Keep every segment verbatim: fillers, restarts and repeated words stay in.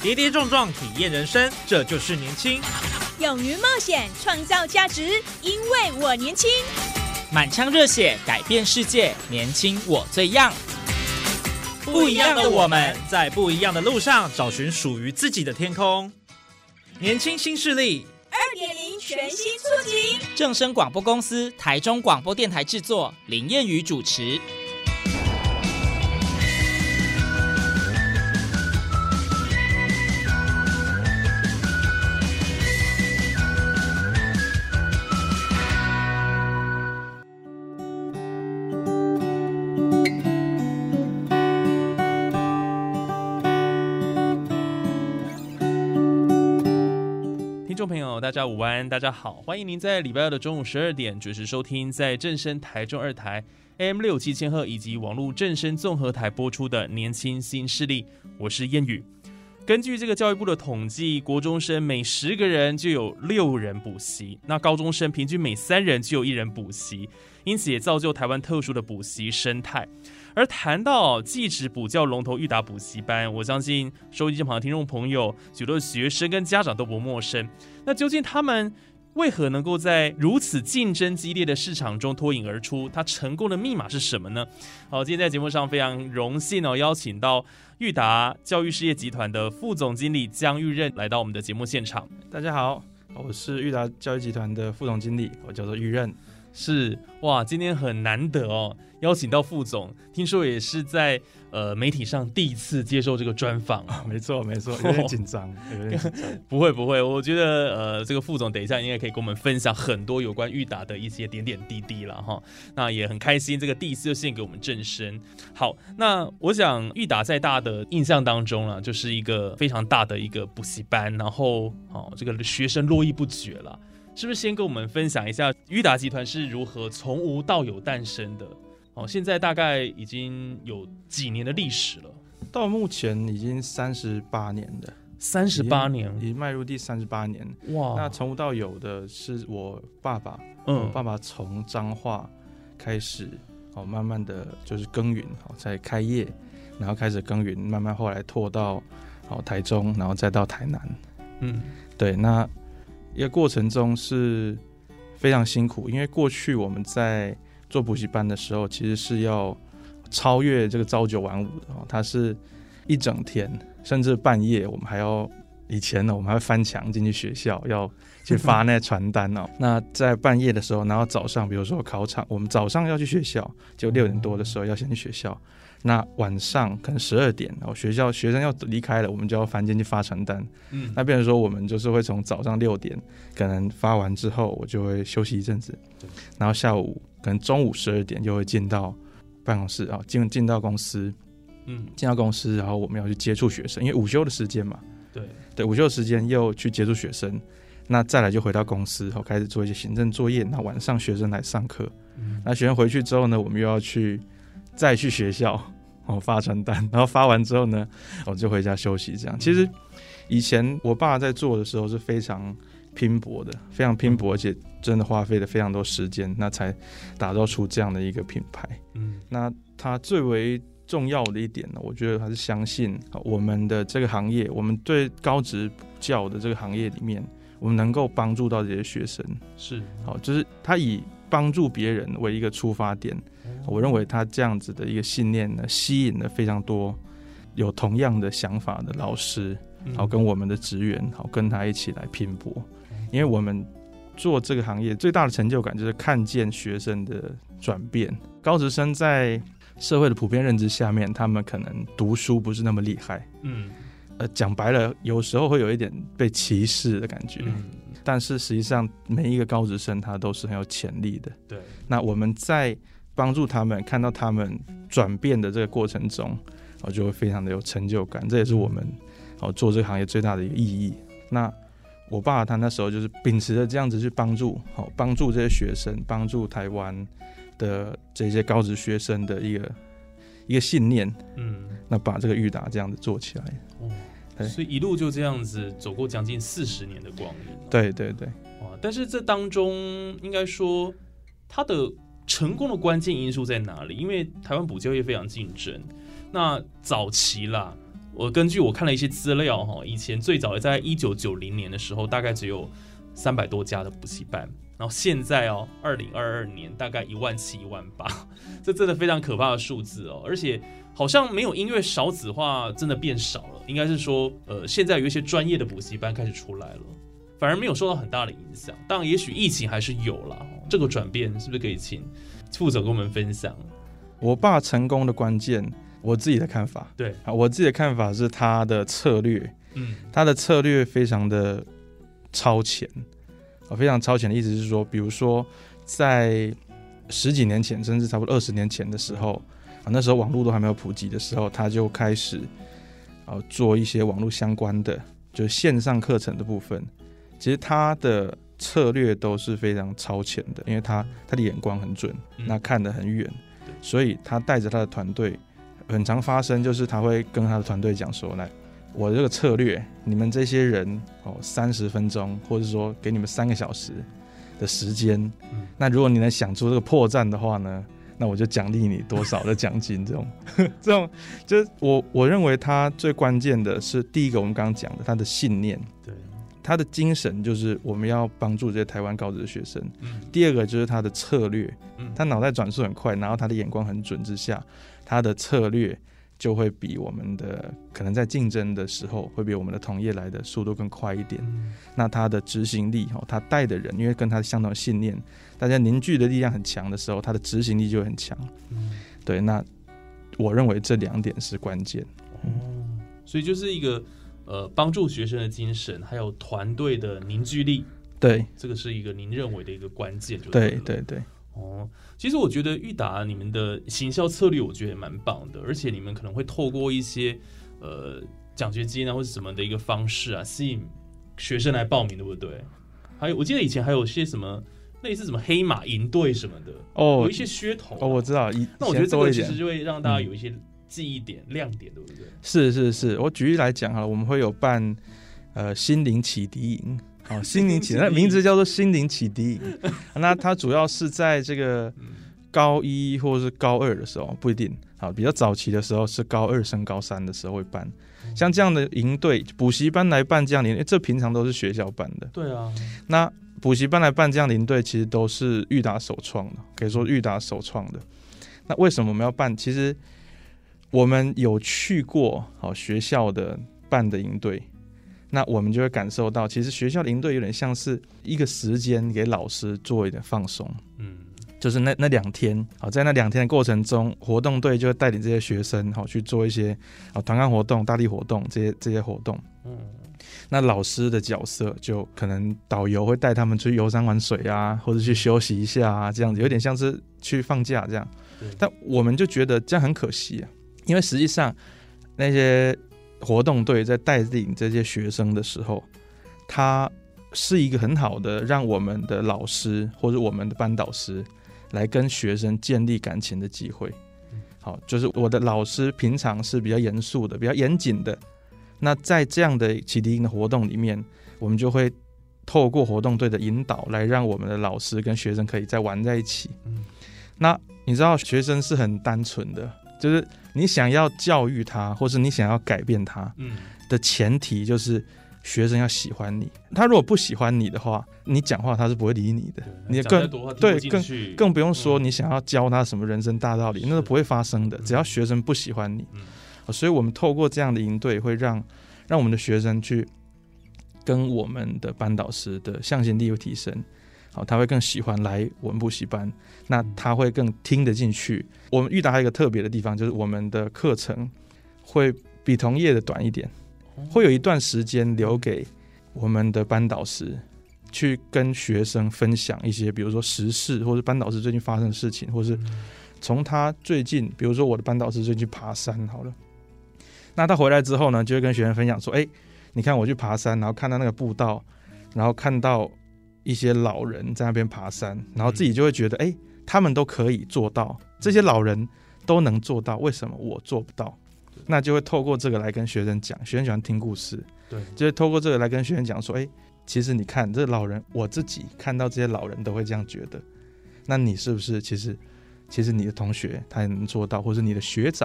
跌跌撞撞体验人生，这就是年轻。 勇于冒险，创造价值，因为我年轻。 满腔热血，改变世界，年轻我最样。 不一样的我们，在不一样的路上找寻属于自己的天空。年轻新势力二点零 全新出击， 正声广播公司台中广播电台制作，林燕瑜主持。 听众朋友大家午安，大家好，欢迎您在礼拜二的中午十二点准时收听在正声台中二台 A M 六七千赫以及网络正声综合台播出的年轻新势力，我是燕宇。根据这个教育部的统计，国中生每十个人就有六人补习，那高中生平均每三人就有一人补习，因此也造就台湾特殊的补习生态。而谈到技职补教龙头育达补习班，我相信收音机旁的听众朋友许多学生跟家长都不陌生。那究竟他们为何能够在如此竞争激烈的市场中脱颖而出？他成功的密码是什么呢？好，今天在节目上非常荣幸哦，邀请到育达教育事业集团的副总经理江育任来到我们的节目现场。 大家好，我是育达教育集团的副总经理，我叫做育任。 是哇，今天很难得哦，邀请到副总，听说也是在呃媒体上第一次接受这个专访、哦。 没错没错，有点紧张，有点紧张。 不会不会，我觉得呃这个副总等一下应该可以跟我们分享很多有关育达的一些点点滴滴了哈。那也很开心，这个第一次就献给我们正声。好，那我想育达在大家的印象当中啦，就是一个非常大的一个补习班，然后哦这个学生络绎不绝了。是不是先跟我们分享一下育达集团是如何从无到有诞生的？哦，现在大概已经有几年的历史了？ 到目前已经三十八年了， 三十八年， 已经迈入第三十八年。 哇！ 那从无到有的是我爸爸，嗯，我爸爸从彰化开始，哦，慢慢的就是耕耘，哦，才开业，然后开始耕耘，慢慢后来拓到哦台中，然后再到台南。嗯，对，那。一个过程中是非常辛苦，因为过去我们在做补习班的时候，其实是要超越这个朝九晚五的，它是一整天，甚至半夜，我们还要以前呢，我们还会翻墙进去学校，要去发那传单哦。那在半夜的时候，然后早上，比如说考场，我们早上要去学校，就六点多的时候要先去学校。那晚上可能十二点，然后学校学生要离开了，我们就要翻进去发传单。嗯，那变成说我们就是会从早上六点，可能发完之后，我就会休息一阵子，然后下午可能中午十二点就会进到办公室啊，进进到公司，嗯，进到公司，然后我们要去接触学生，因为午休的时间嘛，对对，午休的时间又去接触学生，那再来就回到公司，然后开始做一些行政作业，那晚上学生来上课，嗯，那学生回去之后呢，我们又要去。再去学校哦发传单，然后发完之后呢，我就回家休息。这样，其实以前我爸在做的时候是非常拼搏的，非常拼搏，而且真的花费了非常多时间，那才打造出这样的一个品牌。嗯，那他最为重要的一点呢，我觉得他是相信我们的这个行业，我们对高职教的这个行业里面，我们能够帮助到这些学生。是，好，就是他以帮助别人为一个出发点。我认为他这样子的一个信念呢，吸引了非常多有同样的想法的老师，好跟我们的职员，好跟他一起来拼搏。因为我们做这个行业最大的成就感就是看见学生的转变。高职生在社会的普遍认知下面，他们可能读书不是那么厉害，嗯，呃，讲白了，有时候会有一点被歧视的感觉。嗯，但是实际上每一个高职生他都是很有潜力的。对，那我们在帮助他们看到他们转变的这个过程中，我就会非常的有成就感，这也是我们做这个行业最大的一个意义。那我爸他那时候就是秉持着这样子去帮助帮助这些学生，帮助台湾的这些高职学生的一个一个信念，嗯，那把这个育达这样子做起来。哦， 所以一路就这样子走过将近四十年的光阴。 对对对， 哇！但是这当中应该说他的成功的关键因素在哪里？因为台湾补教业非常竞争，那早期啦， 我根据我看了一些资料，以前最早在一九九零年的时候，大概只有三百多家的补习班，然后现在哦，二零二二年大概一万七、一万八，这真的非常可怕的数字哦。而且好像没有因为少子化真的变少了，应该是说，呃，现在有一些专业的补习班开始出来了，反而没有受到很大的影响。当然，也许疫情还是有啦，这个转变是不是可以请副总跟我们分享？ 我爸成功的关键，我自己的看法， 对啊，我自己的看法是他的策略， 嗯， 他的策略非常的超前，啊，非常超前的意思是说，比如说在十几年前，甚至差不多二十年前的时候，啊，那时候网络都还没有普及的时候，他就开始啊做一些网络相关的，就是线上课程的部分。其实他的策略都是非常超前的，因为他他的眼光很准，那看得很远，所以他带着他的团队，很常发生就是他会跟他的团队讲说，来，我这个策略，你们这些人哦，三十分钟，或者说给你们三个小时的时间，嗯，那如果你能想出这个破绽的话呢，那我就奖励你多少的奖金，这种这种就是我我认为他最关键的是第一个我们刚刚讲的他的信念，对，他的精神就是我们要帮助这些台湾高职的学生，嗯，第二个就是他的策略，嗯，他脑袋转速很快，然后他的眼光很准之下，他的策略就会比我们的可能在竞争的时候会比我们的同业来的速度更快一点，嗯，那他的执行力，他带的人因为跟他相同的信念，大家凝聚的力量很强的时候，他的执行力就会很强，嗯，对，那我认为这两点是关键， 嗯，所以就是一个呃帮助学生的精神，还有团队的凝聚力， 对， 这个是一个您认为的一个关键，就对对对。 哦，其实我觉得裕达你们的行销策略，我觉得也蛮棒的，而且你们可能会透过一些呃奖学金啊，或者什么的一个方式啊，吸引学生来报名，对不对？还有，我记得以前还有些什么类似什么黑马营队什么的，哦，有一些噱头，啊， 哦，我知道。 那我觉得这个其实就会让大家有一些记忆点、嗯、亮点，对不对？ 是是是，我举例来讲好了，我们会有办呃心灵启迪营。哦，心灵启迪，那名字叫做心灵启迪营。那它主要是在这个高一或者是高二的时候，不一定。好，比较早期的时候是高二升高三的时候会办。像这样的营队，补习班来办这样的营队，这平常都是学校办的。 对啊。 那补习班来办这样的营队，其实都是裕达首创的，可以说裕达首创的。那为什么我们要办？其实我们有去过好学校的办的营队。那我们就会感受到，其实学校的营队有点像是一个时间给老师做一点放松，嗯，就是那那两天，好，在那两天的过程中，活动队就会带领这些学生，好去做一些啊团康活动、大力活动这些这些活动，嗯，那老师的角色就可能导游会带他们去游山玩水啊，或者去休息一下啊，这样子有点像是去放假这样，但我们就觉得这样很可惜啊，因为实际上那些活动队在带领这些学生的时候，他是一个很好的让我们的老师或者我们的班导师来跟学生建立感情的机会。好，就是我的老师平常是比较严肃的、比较严谨的，那在这样的启迪营的活动里面，我们就会透过活动队的引导来让我们的老师跟学生可以再玩在一起。那你知道学生是很单纯的，就是你想要教育他，或是你想要改变他的前提，就是学生要喜欢你。他如果不喜欢你的话，你讲话他是不会理你的。你更对更更不用说你想要教他什么人生大道理，那都不会发生的。只要学生不喜欢你，所以我们透过这样的营队，会让让我们的学生去跟我们的班导师的向心力会提升。好，他会更喜欢来我们补习班，那他会更听得进去。我们裕达还有一个特别的地方，就是我们的课程会比同业的短一点，会有一段时间留给我们的班导师去跟学生分享一些，比如说时事，或者班导师最近发生的事情，或是从他最近，比如说我的班导师最近去爬山好了，那他回来之后呢，就会跟学生分享说，哎，你看我去爬山，然后看到那个步道，然后看到一些老人在那边爬山，然后自己就会觉得，哎、欸，他们都可以做到，这些老人都能做到，为什么我做不到？那就会透过这个来跟学生讲，学生喜欢听故事，对，就会透过这个来跟学生讲说，哎、欸，其实你看这老人，我自己看到这些老人都会这样觉得，那你是不是其实其实你的同学他也能做到，或是你的学长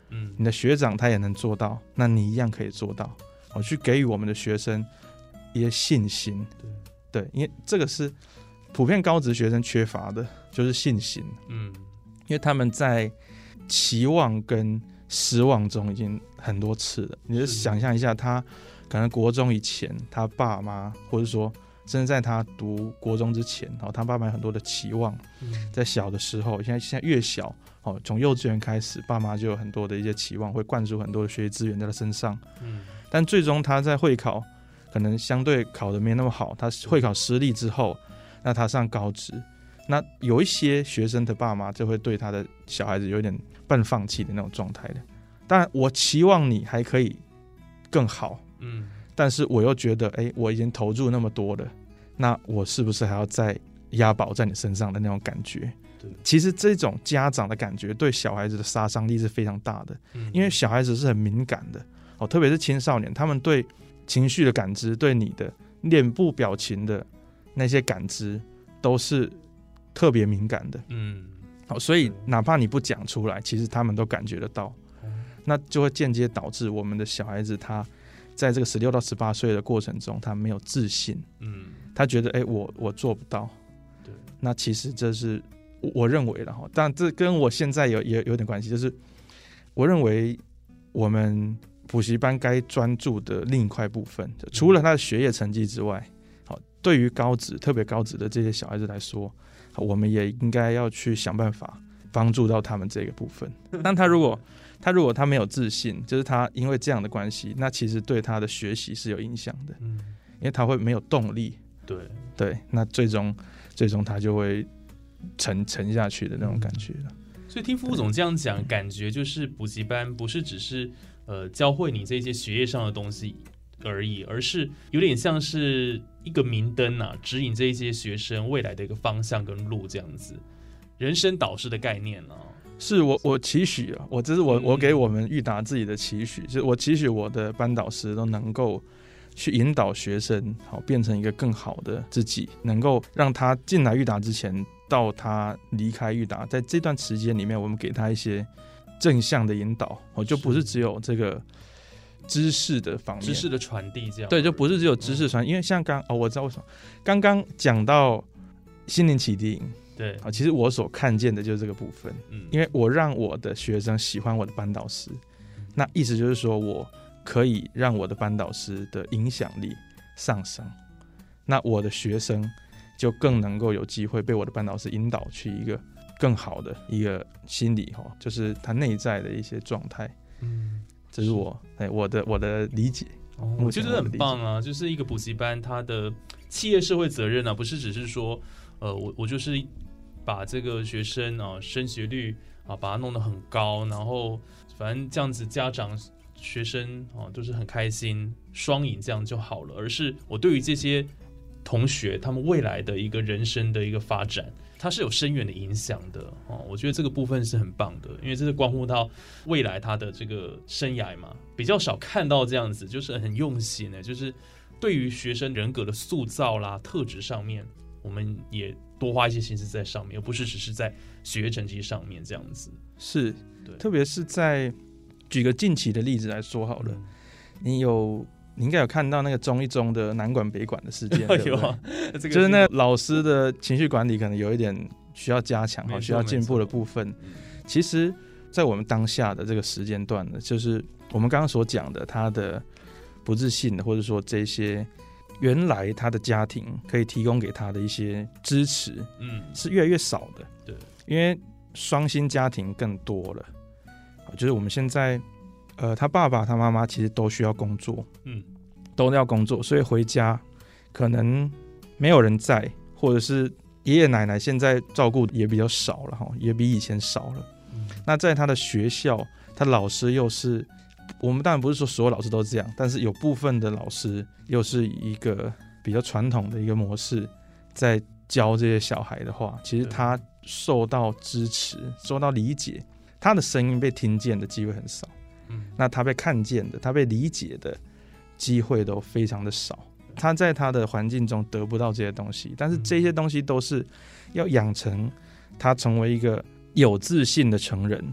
嗯，你的学长他也能做到，那你一样可以做到。我去给予我们的学生一些信心，对，对，因为这个是普遍高职学生缺乏的，就是信心。嗯，因为他们在期望跟失望中已经很多次了。你就想象一下，他可能国中以前，他爸妈或者说甚至在他读国中之前，哦，他爸妈有很多的期望，嗯，在小的时候，现在现在越小，哦，从幼稚园开始，爸妈就有很多的一些期望，会灌输很多的学习资源在他身上。嗯，但最终他在会考可能相对考得没那么好，他会考失利之后，那他上高职，那有一些学生的爸妈就会对他的小孩子有点半放弃的那种状态的。当然，我期望你还可以更好，嗯，但是我又觉得，哎，我已经投入那么多了，那我是不是还要再押宝在你身上的那种感觉？其实这种家长的感觉对小孩子的杀伤力是非常大的，嗯，因为小孩子是很敏感的，哦，特别是青少年，他们对情绪的感知，对你的脸部表情的那些感知都是特别敏感的，嗯，好，所以哪怕你不讲出来，其实他们都感觉得到，那就会间接导致我们的小孩子他在这个十六到十八岁的过程中，他没有自信，嗯，他觉得哎，我我做不到，对，那其实这是我认为了哈，但这跟我现在有也有点关系，就是我认为我们补习班该专注的另一块部分，除了他的学业成绩之外，好，对于高职特别高职的这些小孩子来说，我们也应该要去想办法帮助到他们这个部分。但他如果他如果他没有自信，就是他因为这样的关系，那其实对他的学习是有影响的，嗯，因为他会没有动力，对对，那最终最终他就会沉沉下去的那种感觉了。 所以听副总这样讲，感觉就是补习班不是只是呃教会你这些学业上的东西而已，而是有点像是一个明灯啊，指引这些学生未来的一个方向跟路，这样子，人生导师的概念啊。 是我我期许啊，我这是我我给我们育达自己的期许，就是我期许我的班导师都能够去引导学生，好变成一个更好的自己，能够让他进来育达之前，到他离开育达，在这段时间里面，我们给他一些正向的引导，就不是只有这个知识的方面， 知识的传递这样。 对，就不是只有知识传递，嗯，因为像刚哦，我知道为什么刚刚讲到心灵启迪营。对，其实我所看见的就是这个部分，嗯，因为我让我的学生喜欢我的班导师，嗯，那意思就是说我可以让我的班导师的影响力上升，那我的学生就更能够有机会被我的班导师引导去一个更好的一个心理，就是他内在的一些状态，嗯，这是我哎我的我的理解。 哦，我觉得很棒啊，就是一个补习班它的企业社会责任啊，不是只是说呃我我就是把这个学生啊升学率啊把它弄得很高，然后反正这样子家长学生啊都是很开心，双赢这样就好了，而是我对于这些同学他们未来的一个人生的一个发展，它是有深远的影响的，哦，我觉得这个部分是很棒的，因为这是关乎到未来他的这个生涯嘛，比较少看到这样子，就是很用心的，就是对于学生人格的塑造啦、特质上面，我们也多花一些心思在上面，而不是只是在学业成绩上面这样子。 是，对，特别是在举个近期的例子来说好了，嗯，你有。你应该有看到那个中一中的南管北管的事件，对不对？有啊，这个，就是那个老师的情绪管理可能有一点需要加强，需要进步的部分。其实，在我们当下的这个时间段呢，就是我们刚刚所讲的，他的不自信的，或者说这些原来他的家庭可以提供给他的一些支持，嗯，是越来越少的。对，因为双薪家庭更多了，就是我们现在。呃，他爸爸、他妈妈其实都需要工作，嗯，都要工作，所以回家可能没有人在，或者是爷爷奶奶现在照顾也比较少了，也比以前少了。嗯，那在他的学校，他老师又是，我们当然不是说所有老师都这样，但是有部分的老师又是一个比较传统的一个模式，在教这些小孩的话，其实他受到支持、受到理解，他的声音被听见的机会很少。那他被看见的，他被理解的机会都非常的少，他在他的环境中得不到这些东西，但是这些东西都是要养成他成为一个有自信的成人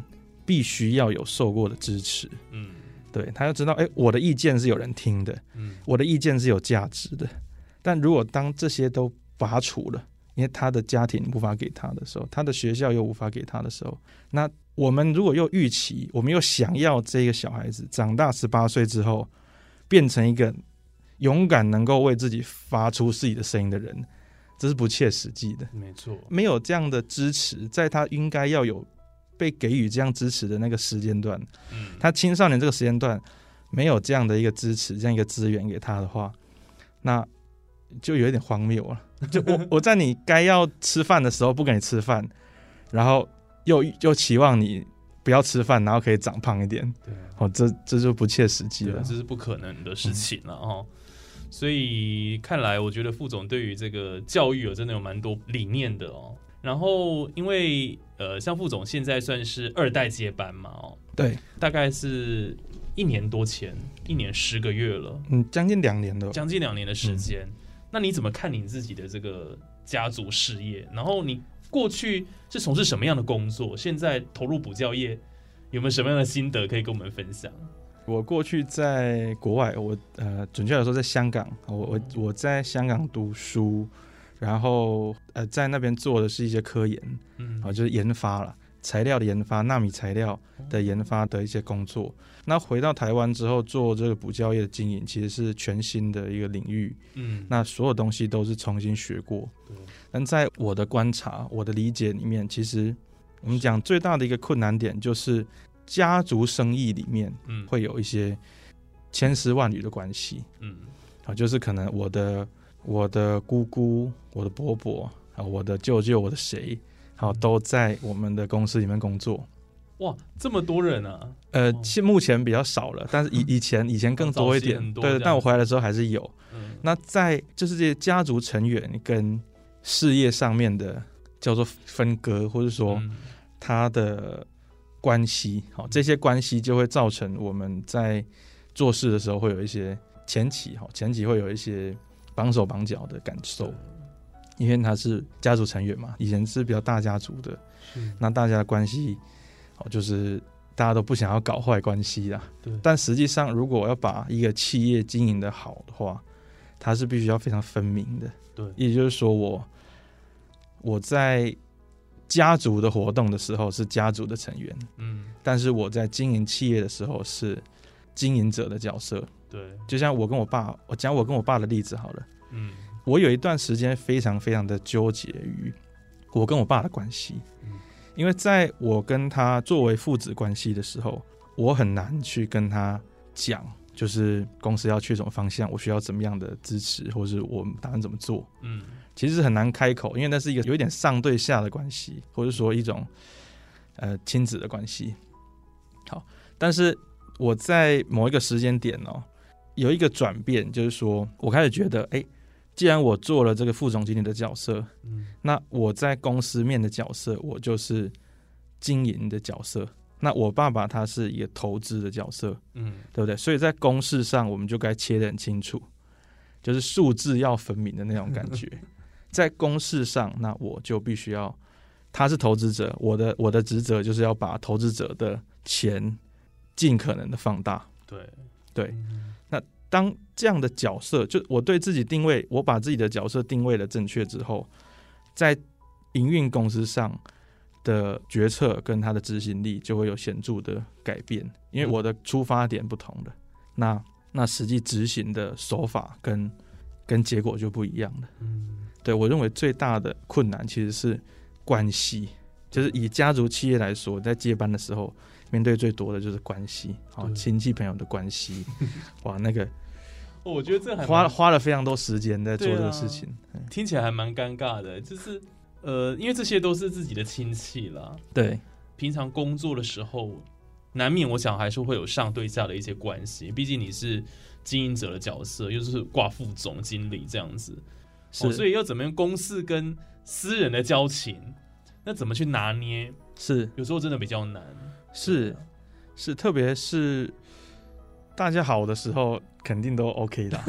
必须要有受过的支持， 嗯， 对，他要知道，哎，我的意见是有人听的，嗯，我的意见是有价值的。但如果当这些都拔除了，因为他的家庭无法给他的时候，他的学校又无法给他的时候，那我们如果又预期，我们又想要这个小孩子长大十八岁之后变成一个勇敢能够为自己发出自己的声音的人，这是不切实际的。 没错， 没有这样的支持，在他应该要有被给予这样支持的那个时间段，嗯，他青少年这个时间段没有这样的一个支持，这样一个资源给他的话，那就有点荒谬了。就我我在你该要吃饭的时候不给你吃饭，然后又又期望你不要吃饭，然后可以长胖一点，对，哦，这这就不切实际了， 这是不可能的事情了哦。嗯，所以看来，我觉得副总对于这个教育有真的有蛮多理念的哦。然后，因为呃，像副总现在算是二代接班嘛，哦， 对， 大概是一年多前，一年十个月了， 嗯，将近两年了， 将近两年的时间。嗯，那你怎么看你自己的这个家族事业？然后你过去是从事什么样的工作？现在投入补教业，有没有什么样的心得可以跟我们分享？ 我过去在国外，我呃，准确来说在香港，我我我在香港读书，然后呃，在那边做的是一些科研，嗯，啊，就是研发啦，材料的研发，纳米材料的研发的一些工作。那回到台湾之后，做这个补教业的经营，其实是全新的一个领域，嗯，那所有东西都是重新学过。但在我的观察、我的理解里面，其实我们讲最大的一个困难点就是家族生意里面会有一些千丝万缕的关系，嗯，啊，就是可能我的我的姑姑、我的伯伯啊、我的舅舅、我的谁，好，都在我们的公司里面工作。 哇，这么多人啊！ 呃，现目前比较少了，但是以以前以前更多一点，对，但我回来的时候还是有。嗯，那在就是这些家族成员跟事业上面的叫做分割，或者说他的关系，好，这些关系就会造成我们在做事的时候会有一些前期，好，前期会有一些绑手绑脚的感受，因为他是家族成员嘛，以前是比较大家族的，那大家的关系。就是大家都不想要搞坏关系啦，但实际上如果要把一个企业经营的好的话，它是必须要非常分明的。对，也就是说我我在家族的活动的时候是家族的成员，嗯，但是我在经营企业的时候是经营者的角色。对，就像我跟我爸，我讲我跟我爸的例子好了，嗯，我有一段时间非常非常的纠结于我跟我爸的关系，嗯，因为在我跟他作为父子关系的时候，我很难去跟他讲，就是公司要去什么方向，我需要怎么样的支持，或是我打算怎么做。嗯，其实很难开口，因为那是一个有一点上对下的关系，或者说一种呃亲子的关系。好，但是我在某一个时间点哦，有一个转变，就是说我开始觉得，哎。既然我做了这个副总经理的角色，嗯，那我在公司面的角色，我就是经营的角色。那我爸爸他是一个投资的角色，嗯，对不对？所以在公事上，我们就该切得很清楚，就是数字要分明的那种感觉。在公事上，那我就必须要，他是投资者，我的我的职责就是要把投资者的钱尽可能的放大。对对，嗯，那。当这样的角色，就我对自己定位，我把自己的角色定位了正确之后，在营运公司上的决策跟他的执行力就会有显著的改变，因为我的出发点不同的，那那实际执行的手法跟跟结果就不一样了。嗯，对，我认为最大的困难其实是关系，就是以家族企业来说，在接班的时候。面对最多的就是关系，好，亲戚朋友的关系，哇，那个， 哦，我觉得这还花花了非常多时间在做这个事情， 啊，听起来还蛮尴尬的，就是呃，因为这些都是自己的亲戚啦， 对， 平常工作的时候，难免我想还是会有上对下的一些关系，毕竟你是经营者的角色，又是挂副总经理这样子，是，哦，所以要怎么样公事跟私人的交情，那怎么去拿捏？ 是， 有时候真的比较难。 是是，特别是大家好的时候，肯定都 OK 的。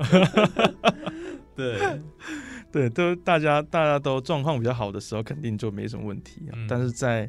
对对，都大家大家都状况比较好的时候，肯定就没什么问题，啊嗯。但是在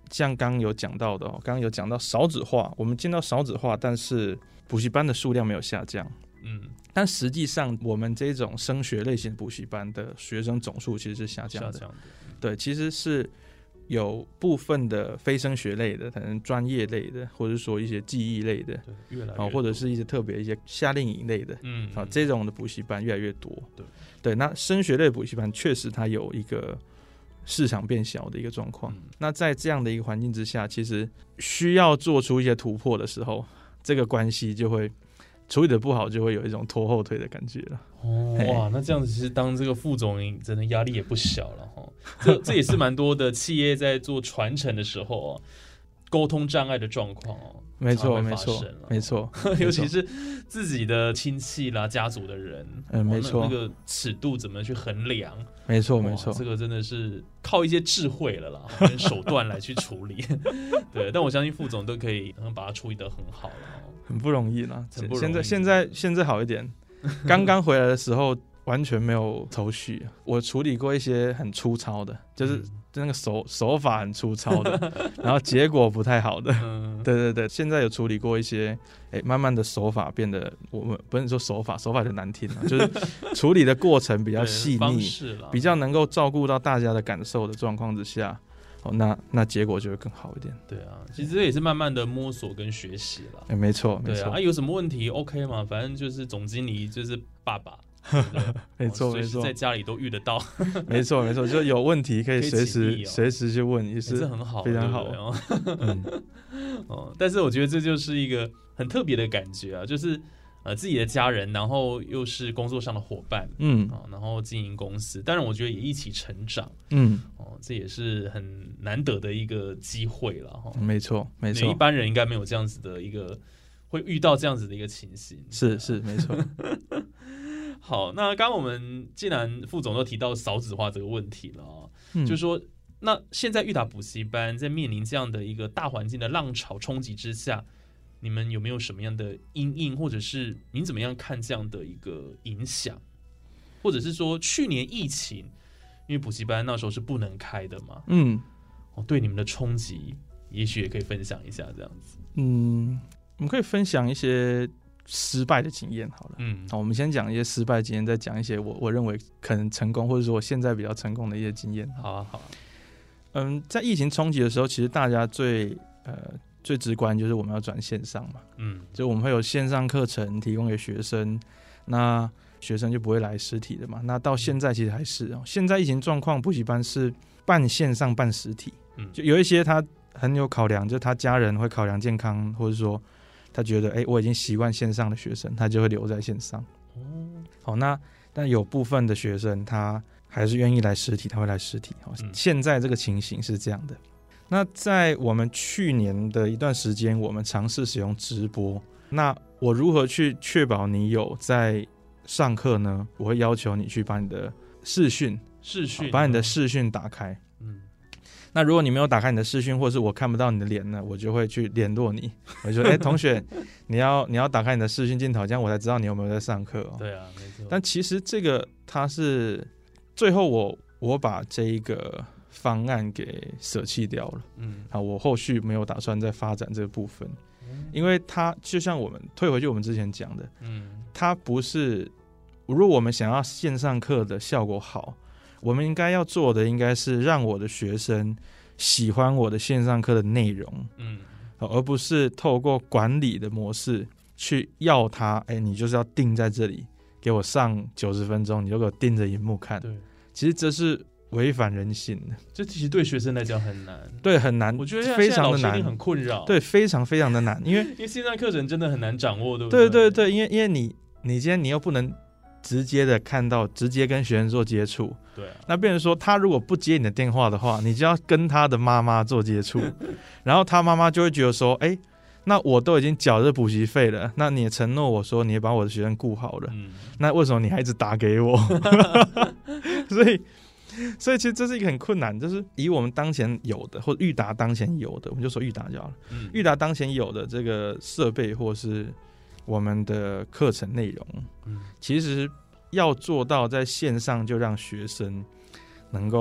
像刚刚有讲到的，刚刚有讲到少子化，我们见到少子化，但是补习班的数量没有下降。嗯，但实际上我们这种升学类型补习班的学生总数其实是下降的。下降的，对，其实是有部分的非升学类的，可能专业类的，或者说一些记忆类的，对，越来越多，或者是一些特别一些夏令营类的，嗯，啊，这种的补习班越来越多。对，对，那升学类补习班确实它有一个市场变小的一个状况。嗯、那在这样的一个环境之下，其实需要做出一些突破的时候，这个关系就会处理的不好，就会有一种拖后腿的感觉了。 哦，哇，那这样子其实当这个副总真的压力也不小了哈。这这也是蛮多的企业在做传承的时候、哦、沟通障碍的状况哦。 没错，没错，没错， 尤其是自己的亲戚啦、家族的人，嗯，没错，那个尺度怎么去衡量？ 没错，没错， 这个真的是靠一些智慧了啦，跟手段来去处理。对，但我相信副总都可以把它处理得很好了， 很不容易啦。现在现在现在好一点，刚刚回来的时候完全没有头绪。我处理过一些很粗糙的，就是。嗯那个 手, 手法很粗糙的，然后结果不太好的，嗯、对对对。现在有处理过一些，哎，慢慢的手法变得，我们不能说手法，手法就难听了，就是处理的过程比较细腻，比较能够照顾到大家的感受的状况之下，哦，那那结果就会更好一点。 对啊，其实这也是慢慢的摸索跟学习啦。 哎，没错，没错。 对啊，啊有什么问题 OK 嘛？反正就是总经理就是爸爸。 没错没错， 在家里都遇得到。 没错没错，就有问题可以随时随、哦、时去问，也是很好， 非常好。 对对嗯哦，但是我觉得这就是一个很特别的感觉啊，就是呃自己的家人，然后又是工作上的伙伴，嗯、哦，然后经营公司，当然我觉得也一起成长，嗯，哦，这也是很难得的一个机会了哈。 没错没错， 一般人应该没有这样子的一个会遇到这样子的一个情形， 是是没错。 好，那刚刚我们既然副总都提到少子化这个问题了、哦嗯、就是说那现在育达补习班在面临这样的一个大环境的浪潮冲击之下，你们有没有什么样的因应，或者是您怎么样看这样的一个影响，或者是说去年疫情因为补习班那时候是不能开的嘛，嗯，哦，对你们的冲击也许也可以分享一下这样子。 嗯，我们可以分享一些失败的经验好了，嗯，好，我们先讲一些失败经验，再讲一些我我认为可能成功，或者说我现在比较成功的一些经验。 好啊，好啊。 嗯，在疫情冲击的时候，其实大家最呃最直观就是我们要转线上嘛，嗯，就我们会有线上课程提供给学生，那学生就不会来实体的嘛。那到现在其实还是哦，现在疫情状况，补习班是半线上半实体，嗯，就有一些他很有考量，就他家人会考量健康，或者说。他觉得，哎、欸，我已经习惯线上的学生，他就会留在线上。哦，好，那但有部分的学生，他还是愿意来实体，他会来实体。好，嗯、现在这个情形是这样的。那在我们去年的一段时间，我们尝试使用直播。那我如何去确保你有在上课呢？我会要求你去把你的视讯， 视讯， 把你的视讯打开。嗯。那如果你没有打开你的视讯，或是我看不到你的脸呢，我就会去联络你，我就说，哎、欸，同学，你要你要打开你的视讯镜头，这样我才知道你有没有在上课、哦。 对啊，没错。 但其实这个它是最后我我把这一个方案给舍弃掉了，嗯，好，我后续没有打算再发展这个部分，嗯、因为它就像我们退回去我们之前讲的，嗯，它不是，如果我们想要线上课的效果好。我们应该要做的应该是让我的学生喜欢我的线上课的内容，嗯，而不是透过管理的模式去要他，哎、欸，你就是要定在这里给我上九十分钟，你就给我盯着荧幕看。对，其实这是违反人性的， 这其实对学生来讲很难， 对，很难， 我觉得非常的难， 很困扰， 对，非常非常的难，因为因为线上课程真的很难掌握，对不对？ 对对对，因为因为你你今天你又不能。直接的看到，直接跟学生做接触，对、啊，那变成说他如果不接你的电话的话，你就要跟他的妈妈做接触，然后他妈妈就会觉得说，哎、欸，那我都已经缴这补习费了，那你也承诺我说你也把我的学生顾好了，嗯、那为什么你还一直打给我？所以，所以其实这是一个很困难，就是以我们当前有的，或者育达当前有的，我们就说育达就好了，嗯、育达当前有的这个设备或是。我们的课程内容，嗯，其实要做到在线上就让学生能够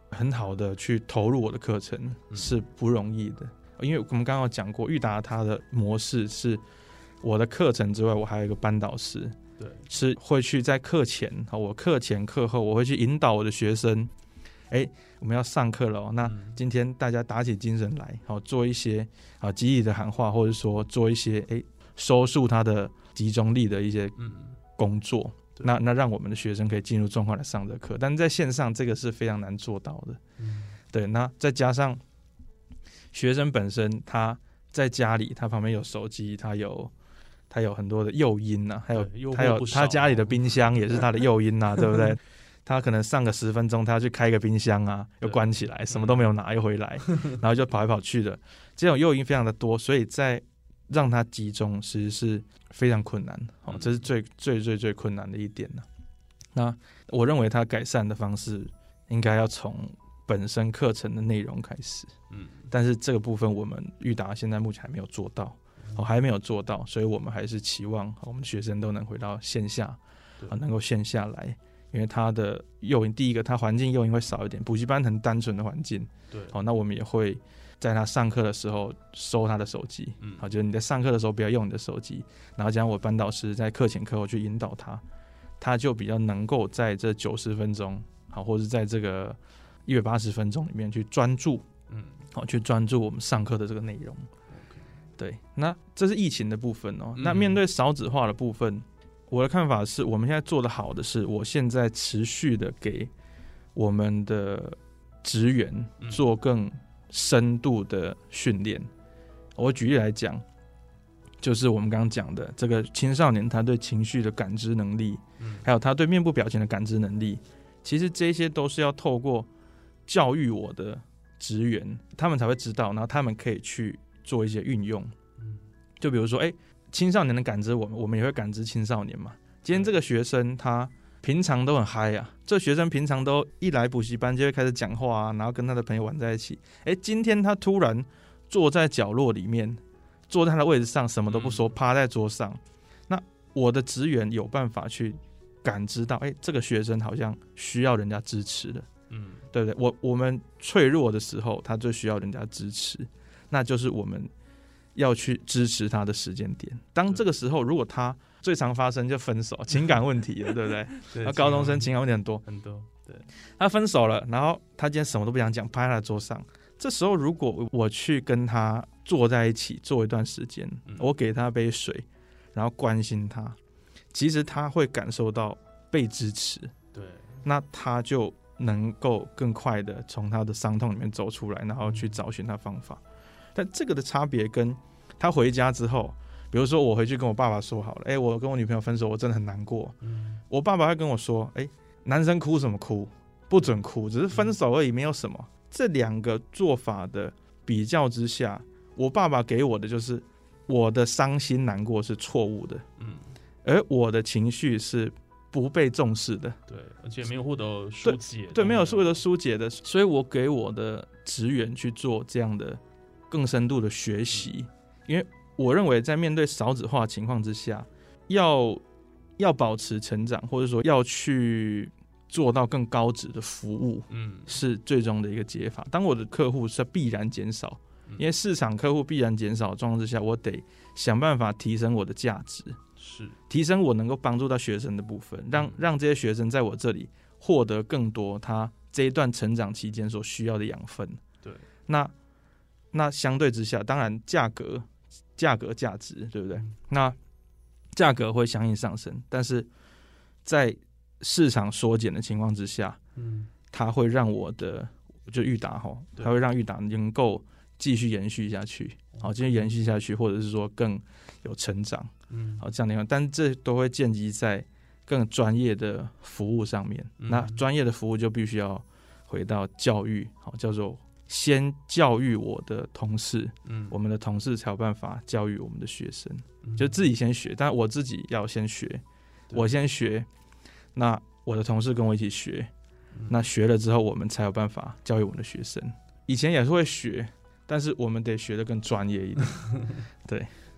很好的去投入我的课程是不容易的，因为我们刚刚有讲过，育达它的模式是我的课程之外，我还有一个班导师， 对， 是会去在课前，我课前课后我会去引导我的学生，哎，我们要上课了、哦，那今天大家打起精神来，好做一些啊集体的喊话，或者说做一些哎收束他的集中力的一些工作。那那让我们的学生可以进入状况来上这课，但是在线上这个是非常难做到的。嗯，对。那再加上学生本身他在家里，他旁边有手机，他有他有很多的诱因啊，还有他有他家里的冰箱也是他的诱因啊，对不对？他可能上个十分钟，他要去开个冰箱啊，又关起来，什么都没有拿，又回来，然后就跑来跑去的，这种诱因非常的多，所以在让他集中其实是非常困难，哦，这是最最最最困难的一点呢。那我认为他改善的方式应该要从本身课程的内容开始，嗯，但是这个部分我们育达现在目前还没有做到，哦，还没有做到，所以我们还是期望我们学生都能回到线下，啊，能够线下来，因为他的诱因，第一个他环境诱因会少一点，补习班很单纯的环境，对，好，那我们也会在他上课的时候收他的手机，嗯，好，就是你在上课的时候不要用你的手机，然后将我班导师在课前课后去引导他，他就比较能够在这九十分钟，好，或者在这个一百八十分钟里面去专注，嗯，好，去专注我们上课的这个内容。对，那这是疫情的部分哦。嗯，那面对少子化的部分，我的看法是我们现在做的好的是，我现在持续的给我们的职员做更深度的训练。我举例来讲，就是我们刚刚讲的这个青少年他对情绪的感知能力，还有他对面部表情的感知能力，其实这些都是要透过教育我的职员，他们才会知道，然后他们可以去做一些运用。就比如说，哎，青少年的感知我们，我们也会感知青少年嘛。今天这个学生他平常都很嗨啊，这学生平常都一来补习班就会开始讲话啊，然后跟他的朋友玩在一起。哎，今天他突然坐在角落里面，坐在他的位置上，什么都不说，趴在桌上。那我的职员有办法去感知到，哎，这个学生好像需要人家支持的，嗯，对不对？我我们脆弱的时候，他就需要人家支持，那就是我们要去支持他的时间点。当这个时候，如果他最常发生就分手，情感问题了，对不对？对，高中生情感问题很多很多。对，他分手了，然后他今天什么都不想讲，趴在他的桌上。这时候，如果我去跟他坐在一起坐一段时间，嗯，我给他杯水，然后关心他，其实他会感受到被支持。对，那他就能够更快的从他的伤痛里面走出来，然后去找寻他方法。但这个的差别跟他回家之后，比如说我回去跟我爸爸说好了，哎，我跟我女朋友分手，我真的很难过。嗯，我爸爸会跟我说，哎，男生哭什么哭，不准哭，只是分手而已，没有什么。这两个做法的比较之下，我爸爸给我的就是我的伤心难过是错误的，嗯，而我的情绪是不被重视的，对， 而且没有获得疏解， 对，对，没有获得疏解的，所以我给我的职员去做这样的更深度的学习，因为我认为在面对少子化情况之下，要要保持成长，或者说要去做到更高质的服务，嗯，是最终的一个解法。当我的客户是必然减少，因为市场客户必然减少的状况之下，我得想办法提升我的价值，是提升我能够帮助到学生的部分，让让这些学生在我这里获得更多他这一段成长期间所需要的养分。对，那那相对之下，当然价格、价格、价值，对不对？嗯，那价格会相应上升，但是在市场缩减的情况之下，嗯，它会让我的就育达哈，它会让育达能够继续延续下去，好，继续延续下去，或者是说更有成长，嗯，好，这样的情况，但这都会建基在更专业的服务上面。嗯，那专业的服务就必须要回到教育，好，叫做先教育我的同事，嗯，我们的同事才有办法教育我们的学生，嗯，就自己先学，但我自己要先学，我先学。那我的同事跟我一起学，那学了之后，我们才有办法教育我们的学生。以前也是会学，但是我们得学得更专业一点。对，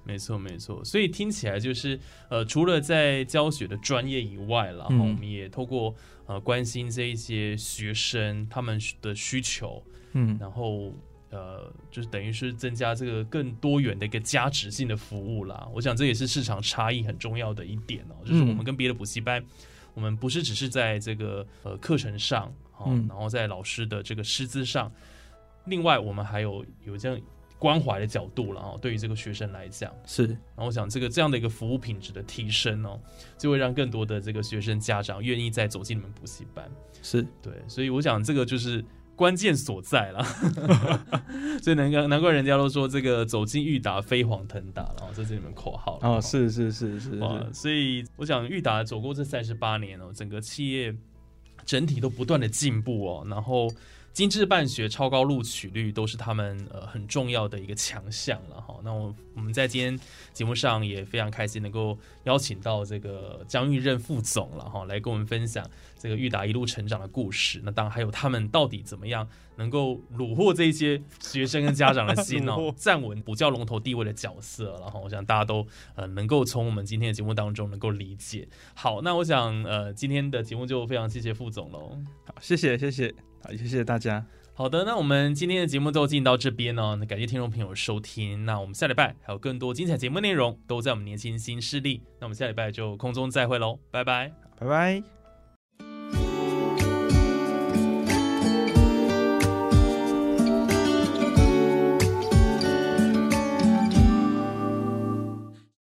没错没错，所以听起来就是呃，除了在教学的专业以外啦，嗯、我们也透过呃关心这一些学生他们的需求，嗯，然后呃，就是等于是增加这个更多元的一个价值性的服务啦。我想这也是市场差异很重要的一点哦，就是我们跟别的补习班，嗯、我们不是只是在这个呃课程上，哦，嗯、然后在老师的这个师资上，另外我们还有有这样关怀的角度了哦，对于这个学生来讲是， 然后我想这个这样的一个服务品质的提升哦，就会让更多的这个学生家长愿意再走进你们补习班， 是对，所以我想这个就是关键所在了，所以难怪难怪人家都说这个走进裕达飞黄腾达了，这是你们口号了哦，是是是是是， 所以我想裕达走过这三十八年哦，整个企业整体都不断的进步哦，然后精致办学、超高录取率都是他们呃很重要的一个强项了哈。那我我们在今天节目上也非常开心能够邀请到这个江玉任副总了哈，来跟我们分享这个裕达一路成长的故事。那当然还有他们到底怎么样能够虏获这些学生跟家长的心哦，站稳补教龙头地位的角色。然后我想大家都呃能够从我们今天的节目当中能够理解。好，那我想呃今天的节目就非常谢谢副总喽。 好，谢谢谢谢。好，谢谢大家。 好的，那我们今天的节目就进行到这边哦。那感谢听众朋友收听。那我们下礼拜还有更多精彩节目内容都在我们年轻新势力。那我们下礼拜就空中再会喽，拜拜， 拜拜。